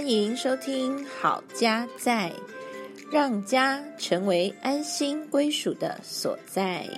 欢迎收听好家在，让家成为安心归属的所在。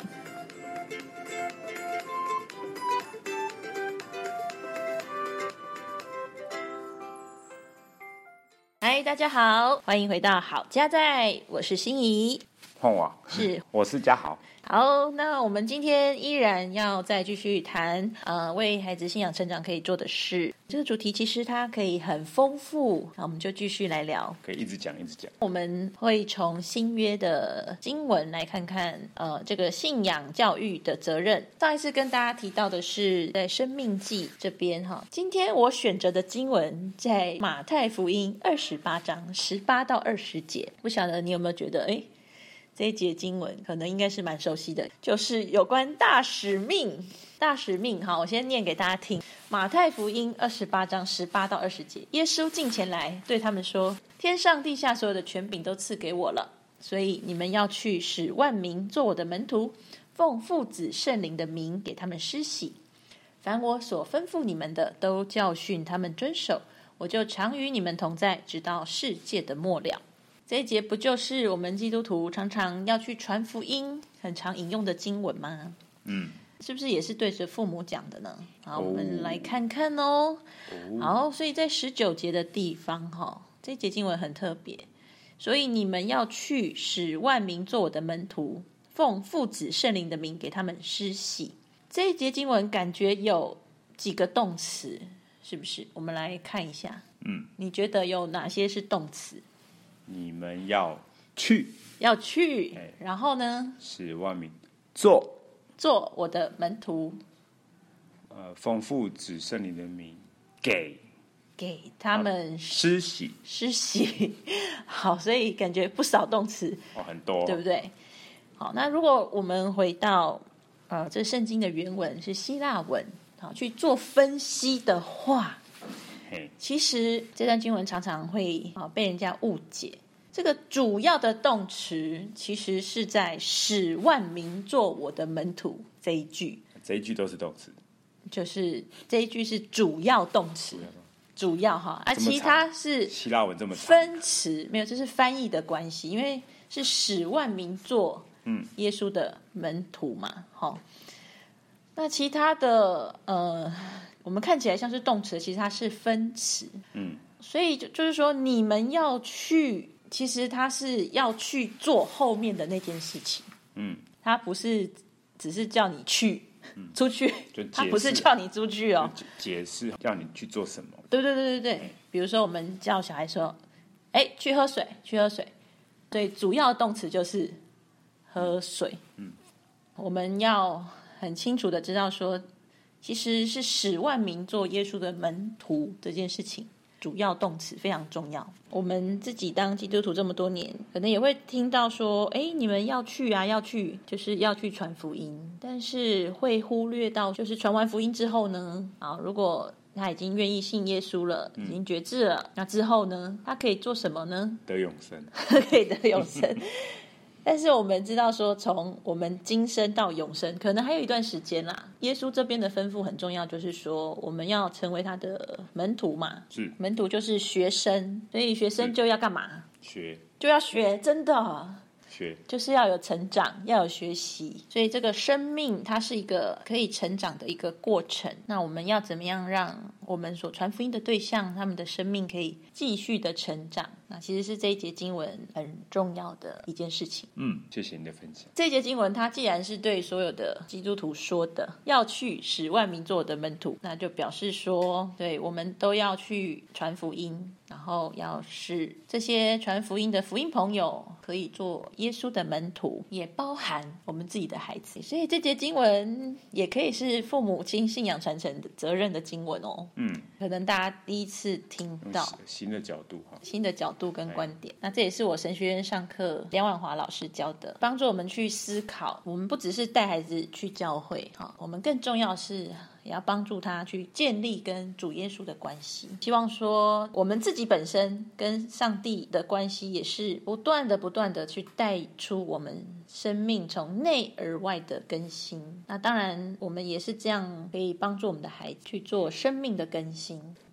嗨，大家好，欢迎回到好家在，我是心怡。 换我是， 我是嘉豪。 好，那我们今天依然要再继续谈为孩子信仰成长可以做的事。这个主题其实它可以很丰富，那我们就继续来聊， 可以一直讲。 我们会从新约的经文来看看这个信仰教育的责任。上一次跟大家提到的是在申命记这边哈，今天我选择的经文在马太福音28章18到20节，不晓得你有没有觉得这一节经文可能应该是蛮熟悉的，就是有关大使命。大使命，好，我先念给大家听。马太福音28章18到20节，耶稣近前来对他们说：天上地下所有的权柄都赐给我了，所以你们要去使万民做我的门徒，奉父子圣灵的名给他们施洗，凡我所吩咐你们的都教训他们遵守，我就常与你们同在，直到世界的末了。这一节不就是我们基督徒常常要去传福音很常引用的经文吗？是不是也是对着父母讲的呢？好，我们来看看哦。好，所以在19节的地方这一节经文很特别，所以你们要去使万民做我的门徒，奉父子圣灵的名给他们施洗。这一节经文感觉有几个动词，是不是？我们来看一下。你觉得有哪些是动词？ 你们要去， 然后呢？ 使万民做我的门徒， 奉父子圣灵的名给他们施洗。 好，所以感觉不少动词， 很多， 对不对？好，那如果我们回到这圣经的原文是希腊文，好去做分析的话，其实这段经文常常会被人家误解。这个主要的动词其实是在使万民做我的门徒这一句都是动词， 就是这一句是主要动词，主要其他是希腊文这么长分词，没有，这是翻译的关系，因为是使万民做耶稣的门徒嘛。那其他的我们看起来像是动词，其实它是分词。所以就是说你们要去，其实他是要去做后面的那件事情。他不是只是叫你去出去，他不是叫你出去解释叫你去做什么。 对，比如说我们叫小孩说去喝水，所以主要动词就是喝水。我们要很清楚的知道说，其实是使万民做耶稣的门徒这件事情，主要动词非常重要。我们自己当基督徒这么多年，可能也会听到说你们要去就是要去传福音，但是会忽略到就是传完福音之后呢，如果他已经愿意信耶稣了，已经决志了，那之后呢，他可以做什么呢？ 得永生。 可以得永生。但是我们知道说，从我们今生到永生可能还有一段时间啦。耶稣这边的吩咐很重要，就是说我们要成为他的门徒嘛。 是， 门徒就是学生，所以学生就要干嘛？就要学，真的就是要有成长，要有学习。所以这个生命它是一个可以成长的一个过程。那我们要怎么样让我们所传福音的对象，他们的生命可以继续的成长？那其实是这一节经文很重要的一件事情。 谢谢你的分享。 这一节经文它既然是对所有的基督徒说的，要去使万民做我的门徒，那就表示说，对，我们都要去传福音，然后要使这些传福音的福音朋友可以做耶稣的门徒，也包含我们自己的孩子。所以这节经文也可以是父母亲信仰传承的责任的经文哦。可能大家第一次听到新的角度跟观点。那这也是我神学院上课梁婉华老师教的，帮助我们去思考。我们不只是带孩子去教会，我们更重要是也要帮助他去建立跟主耶稣的关系。希望说我们自己本身跟上帝的关系也是不断的去带出我们生命从内而外的更新。那当然我们也是这样可以帮助我们的孩子去做生命的更新。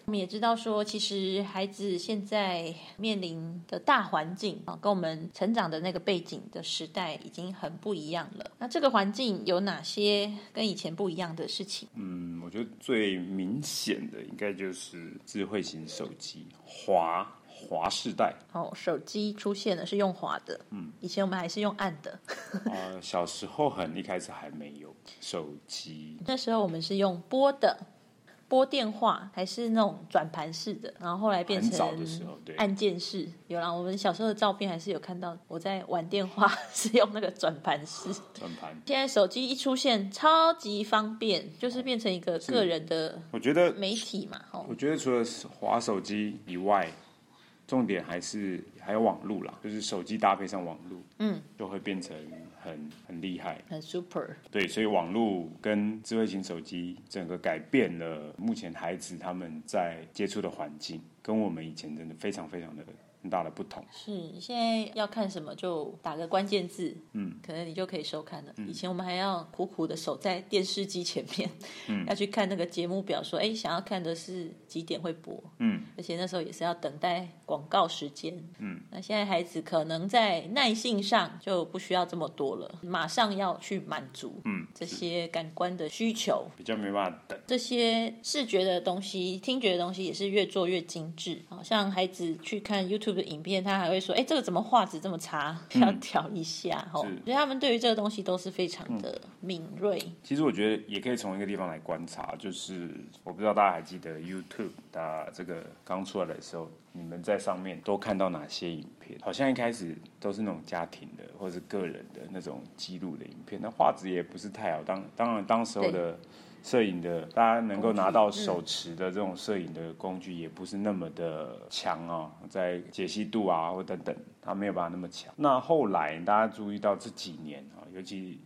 我们也知道说，其实孩子现在面临的大环境跟我们成长的那个背景的时代已经很不一样了。那这个环境有哪些跟以前不一样的事情？ 我觉得最明显的应该就是智慧型手机滑世代。 手机出现了是用滑的，以前我们还是用按的。 小时候一开始还没有手机， 那时候我们是用拨的。拨电话还是那种转盘式的，然后后来变成很早的时候，对， 按键式。有啦，我们小时候的照片还是有看到我在玩电话是用那个转盘式。 转盘。 现在手机一出现，超级方便，就是变成一个个人的， 我觉得媒体嘛。 我觉得除了滑手机以外，重点还有网路啦，就是手机搭配上网路，就会变成很厉害， 很 super。 对，所以网路跟智慧型手机整个改变了目前孩子他们在接触的环境，跟我们以前真的非常非常的很大的不同。 是，现在要看什么就打个关键字，可能你就可以收看了。以前我们还要苦苦的守在电视机前面，要去看那个节目表说，想要看的是几点会播，而且那时候也是要等待广告时间，那现在孩子可能在耐性上就不需要这么多了，马上要去满足，这些感官的需求， 比较没办法等。 这些视觉的东西、听觉的东西也是越做越精致。好像孩子去看 YouTube 的影片，他还会说：“这个怎么画质这么差？要调一下。”所以他们对于这个东西都是非常的敏锐。 其实我觉得也可以从一个地方来观察，就是我不知道大家还记得 YouTube 这个刚出来的时候，你们在上面都看到哪些影片？好像一开始都是那种家庭的或者是个人的那种记录的影片，那画质也不是太好。当然当时候的摄影的，大家能够拿到手持的这种摄影的工具，也不是那么的强在解析度或等等，它没有办法那么强。那后来大家注意到这几年尤其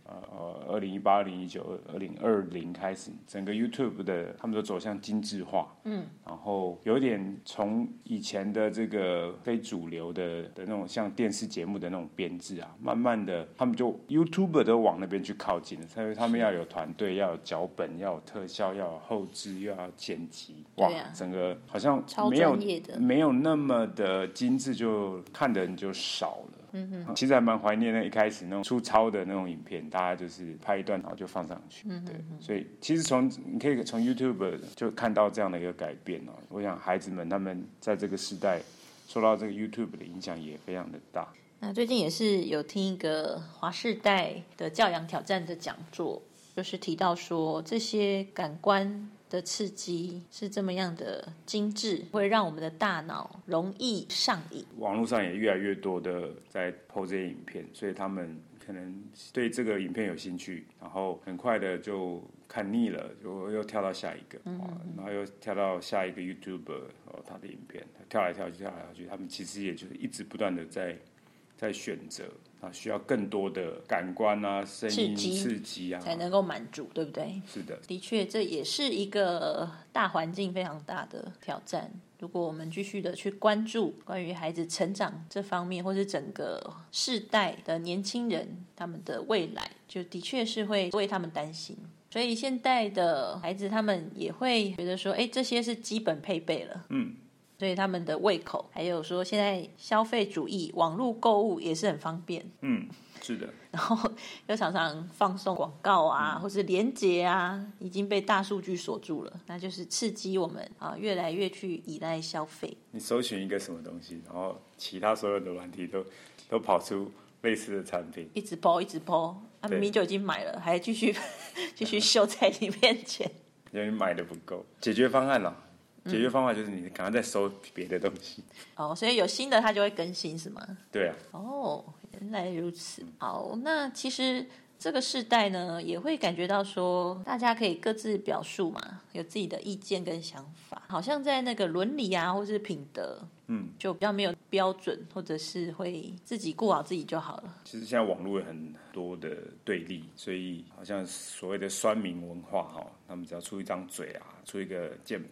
2018、2019、2020开始，整个 YouTube 的他们都走向精致化，然后有点从以前的这个非主流的那种像电视节目的那种编制慢慢的他们就 YouTuber 都往那边去靠近了，所以他们要有团队，要有脚本，要有特效，要有后置，又要剪辑，整个好像没有那么的精致，就看的人就少了。其实还蛮怀念那一开始那种粗糙的那种影片，大家就是拍一段然后就放上去。对，所以其实你可以从 YouTube 就看到这样的一个改变我想孩子们他们在这个时代受到这个 YouTube 的影响也非常的大。 那最近也是有听一个华世代的教养挑战的讲座，就是提到说这些感官的刺激是这么样的精致，会让我们的大脑容易上瘾。 网络上也越来越多的在 po 这些影片，所以他们可能对这个影片有兴趣，然后很快的就看腻了，就又跳到下一个，然后又跳到下一个 YouTuber 他的影片，跳来跳去，他们其实也就是一直不断的在选择需要更多的感官声音刺激才能够满足，对不对？ 是的， 的确这也是一个大环境非常大的挑战。如果我们继续的去关注关于孩子成长这方面，或是整个世代的年轻人他们的未来，就的确是会为他们担心。所以现在的孩子他们也会觉得说，这些是基本配备了，所以他们的胃口，还有说现在消费主义、网络购物也是很方便， 是的， 然后又常常放送广告或是连结已经被大数据锁住了，那就是刺激我们越来越去依赖消费。 你搜寻一个什么东西，然后其他所有的软体都跑出类似的产品， 一直播，明明就已经买了，还继续秀在你面前， 因为你买的不够。解决方案解决方法就是你赶快再搜别的东西。 所以有新的它就会更新是吗？ 对啊。 原来如此。好，那其实这个世代呢，也会感觉到说，大家可以各自表述嘛，有自己的意见跟想法，好像在那个伦理或是品德，就比较没有标准，或者是会自己顾好自己就好了。 其实现在网络有很多的对立，所以好像所谓的酸民文化他们只要出一张嘴出一个键盘，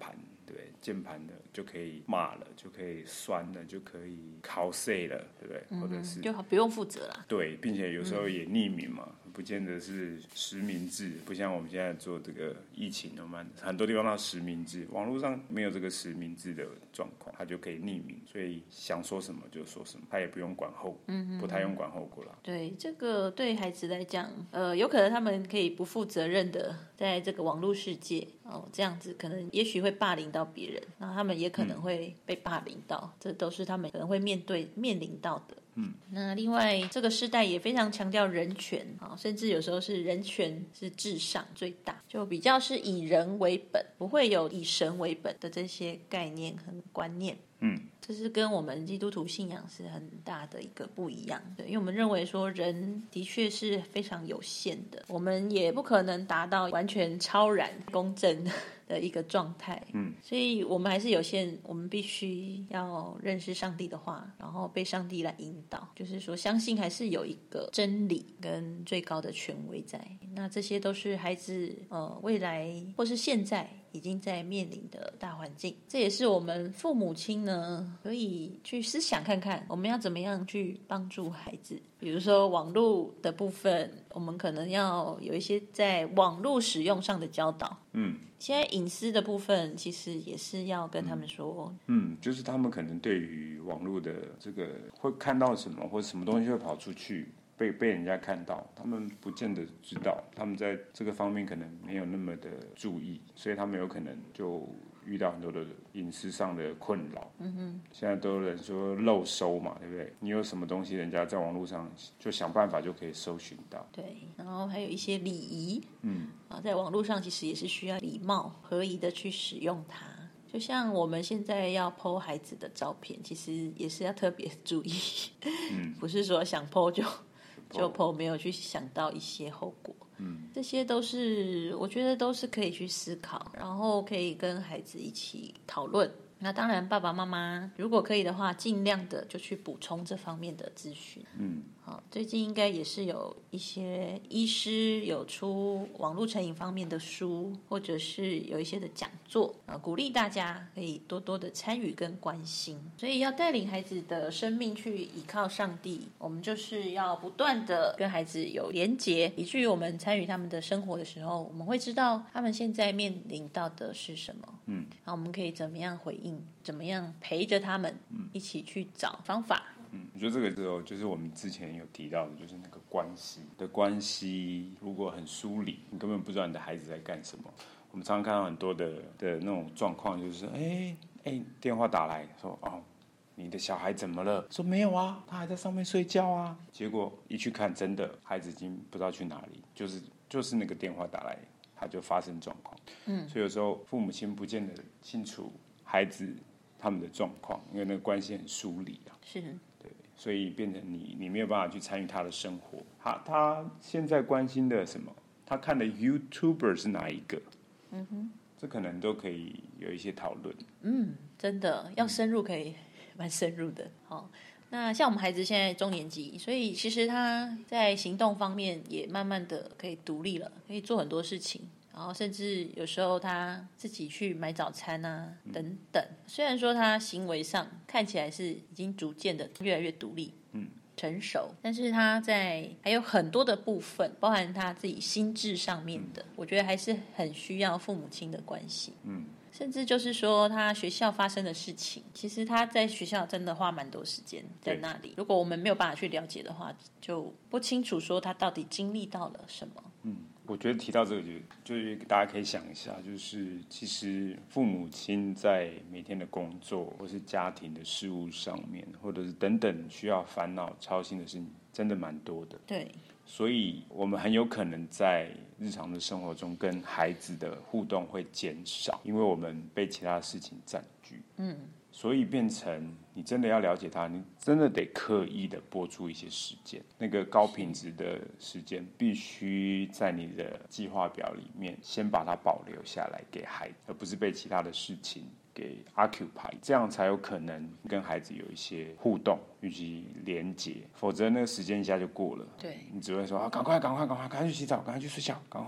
对，键盘的就可以骂了，就可以酸了，就可以cos了，对不对？或者是就不用负责啦。 对，并且有时候也匿名嘛，不见得是实名制，不像我们现在做这个疫情，很多地方它实名制，网络上没有这个实名制的状况，它就可以匿名，所以想说什么就说什么，它也不用管后，不太用管后果啦。 对，这个对孩子来讲，有可能他们可以不负责任的在这个网络世界这样子，可能也许会霸凌到别人，那他们也可能会被霸凌到，这都是他们可能会面临到的。那另外这个世代也非常强调人权甚至有时候是人权是至上最大，就比较是以人为本，不会有以神为本的这些概念和观念。这是跟我们基督徒信仰是很大的一个不一样的，因为我们认为说人的确是非常有限的，我们也不可能达到完全超然公正的一个状态。所以我们还是有限，我们必须要认识上帝的话，然后被上帝来引导，就是说相信还是有一个真理跟最高的权威在。那这些都是孩子未来或是现在已经在面临的大环境，这也是我们父母亲呢可以去思想看看，我们要怎么样去帮助孩子。比如说网络的部分，我们可能要有一些在网络使用上的教导。现在隐私的部分其实也是要跟他们说。 就是他们可能对于网络的这个会看到什么，或者什么东西会跑出去被人家看到，他们不见得知道，他们在这个方面可能没有那么的注意，所以他们有可能就遇到很多的隐私上的困扰。现在都有人说漏收嘛，对不对？你有什么东西，人家在网络上就想办法就可以搜寻到。 对，然后还有一些礼仪，在网络上其实也是需要礼貌、合宜的去使用它。就像我们现在要 po 孩子的照片，其实也是要特别注意，不是说想 po 就 po， 没有去想到一些后果。这些都是我觉得都是可以去思考，然后可以跟孩子一起讨论。那当然爸爸妈妈如果可以的话，尽量的就去补充这方面的资讯。最近应该也是有一些医师有出网络成瘾方面的书，或者是有一些的讲座，鼓励大家可以多多的参与跟关心。所以要带领孩子的生命去依靠上帝，我们就是要不断的跟孩子有连结，以至于我们参与他们的生活的时候，我们会知道他们现在面临到的是什么。然后我们可以怎么样回应，怎么样陪着他们一起去找方法。 我觉得这个时候就是我们之前有提到的，就是那个关系如果很疏离，你根本不知道你的孩子在干什么。我们常常看到很多的那种状况，就是电话打来说你的小孩怎么了？说没有啊，他还在上面睡觉啊。结果一去看，真的孩子已经不知道去哪里，就是那个电话打来，他就发生状况。所以有时候父母亲不见得清楚孩子他们的状况，因为那个关系很疏离啊。 是。 对，所以变成你没有办法去参与他的生活。他现在关心的什么？他看的 YouTuber 是哪一个？这可能都可以有一些讨论。 真的要深入可以蛮深入的。那像我们孩子现在中年级，所以其实他在行动方面也慢慢的可以独立了，可以做很多事情。然后甚至有时候他自己去买早餐啊等等，虽然说他行为上看起来是已经逐渐的越来越独立成熟，但是他在还有很多的部分，包含他自己心智上面的，我觉得还是很需要父母亲的关系。甚至就是说他学校发生的事情，其实他在学校真的花蛮多时间在那里，如果我们没有办法去了解的话，就不清楚说他到底经历到了什么。 我觉得提到这个就是大家可以想一下，就是其实父母亲在每天的工作或是家庭的事务上面，或者是等等需要烦恼操心的事情，真的蛮多的。 对， 所以我们很有可能在日常的生活中跟孩子的互动会减少，因为我们被其他事情占据。所以变成你真的要了解他，你真的得刻意的拨出一些时间，那个高品质的时间必须在你的计划表里面先把它保留下来给孩子，而不是被其他的事情给 occupy， 这样才有可能跟孩子有一些互动以及连结，否则那个时间一下就过了。 对， 你只会说赶快去洗澡，赶快去睡觉，赶快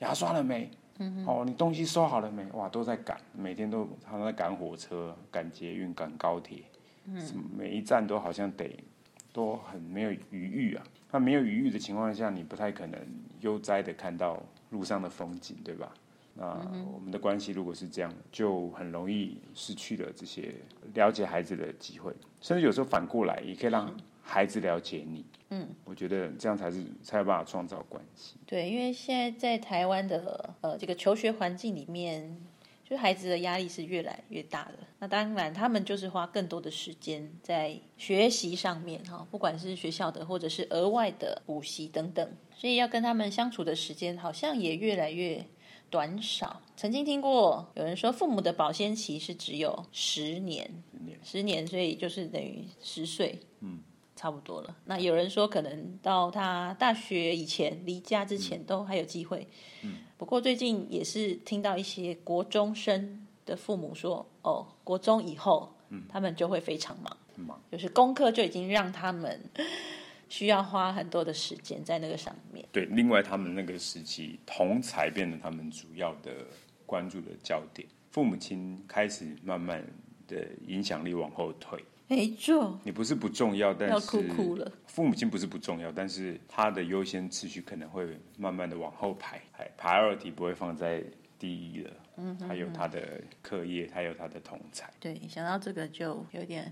牙刷了没？你东西收好了没？哇，都在赶，每天都他们在赶火车、赶捷运、赶高铁，每一站都好像都很没有余裕啊。那没有余裕的情况下，你不太可能悠哉的看到路上的风景，对吧？那我们的关系如果是这样，就很容易失去了这些了解孩子的机会，甚至有时候反过来也可以让孩子了解你。我觉得这样才有办法创造关系。 对，因为现在在台湾的这个求学环境里面，就孩子的压力是越来越大的。那当然，他们就是花更多的时间在学习上面不管是学校的或者是额外的补习等等，所以要跟他们相处的时间好像也越来越短少。曾经听过有人说，父母的保鲜期是只有10年，10年，所以就是等于10岁。差不多了。那有人说可能到他大学以前离家之前都还有机会。不过最近也是听到一些国中生的父母说，国中以后他们就会非常忙，就是功课就已经让他们需要花很多的时间在那个上面。 对，另外他们那个时期同侪变成他们主要的关注的焦点，父母亲开始慢慢的影响力往后退。 没错， 你不是不重要，但是要哭了。 父母亲不是不重要，但是他的优先次序可能会慢慢的往后排，priority 不会放在第一了。还有他的课业，还有他的同侪。 对，想到这个就有点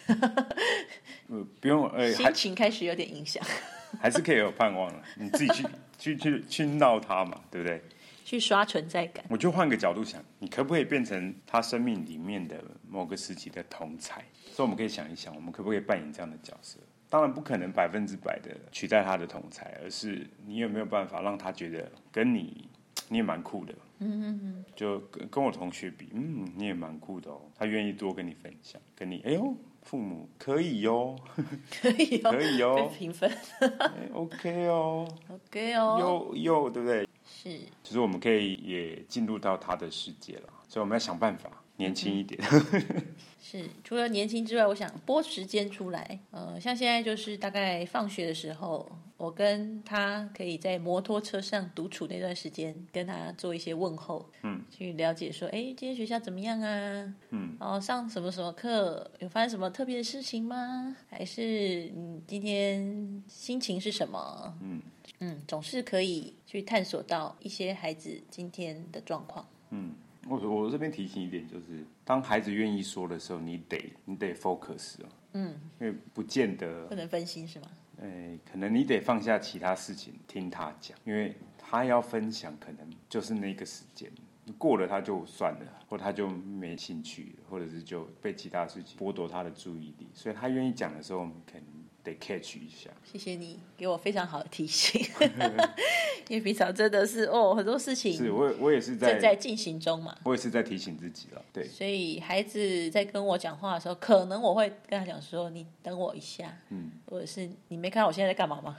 不用心情开始有点影响。 还是可以有盼望了，你自己去闹他嘛，对不对？ 去刷存在感。 我就换个角度想，你可不可以变成他生命里面的某个时期的同侪？所以我们可以想一想，我们可不可以扮演这样的角色？当然不可能100%的取代他的同侪，而是你有没有办法让他觉得跟你也蛮酷的？就跟我同学比，你也蛮酷的哦。他愿意多跟你分享，跟你父母可以哦， 可以哦，被评分 ，OK 哦 ，OK 哦， 又对不对？ 是， 其实我们可以也进入到他的世界了，所以我们要想办法年轻一点。 是，除了年轻之外，我想拨时间出来。像现在就是大概放学的时候，我跟他可以在摩托车上独处那段时间，跟他做一些问候，去了解说，今天学校怎么样啊？上什么什么课，有发生什么特别的事情吗？还是你今天心情是什么？总是可以去探索到一些孩子今天的状况。 我这边提醒一点，就是当孩子愿意说的时候，你得 focus 因为不见得不能分心是吗？ 可能你得放下其他事情听他讲，因为他要分享可能就是那个时间，过了他就算了，或他就没兴趣，或者是就被其他事情剥夺他的注意力，所以他愿意讲的时候，我们可能得 catch 一下。 谢谢你给我非常好的提醒，因为平常真的是很多事情是我也是正在进行中嘛， 我也是在提醒自己了，对。 所以孩子在跟我讲话的时候，可能我会跟他讲说：“你等我一下。”或者是你没看到我现在在干嘛吗？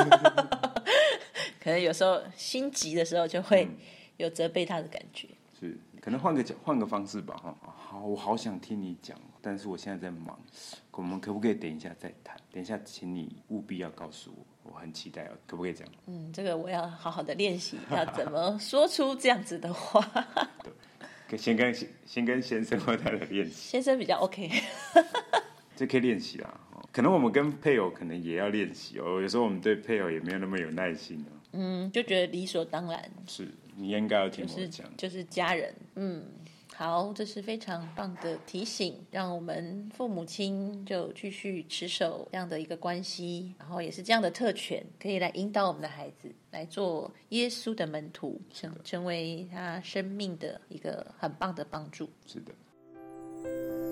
可能有时候心急的时候就会有责备他的感觉。 是，可能换个方式吧哈。好，我好想听你讲，但是我现在在忙，我们可不可以等一下再谈？等一下，请你务必要告诉我，我很期待，可不可以这样？ 这个我要好好的练习，要怎么说出这样子的话。 对，先跟先生或太太练习。 先生比较 OK， 这可以练习啦。可能我们跟配偶可能也要练习哦。有时候我们对配偶也没有那么有耐心哦。 就觉得理所当然。 是你应该要听我讲， 就是家人。好，这是非常棒的提醒，让我们父母亲就继续持守这样的一个关系，然后也是这样的特权，可以来引导我们的孩子来做耶稣的门徒，成为他生命的一个很棒的帮助。 是的。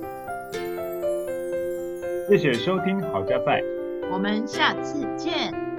谢谢收听好家在， 我们下次见。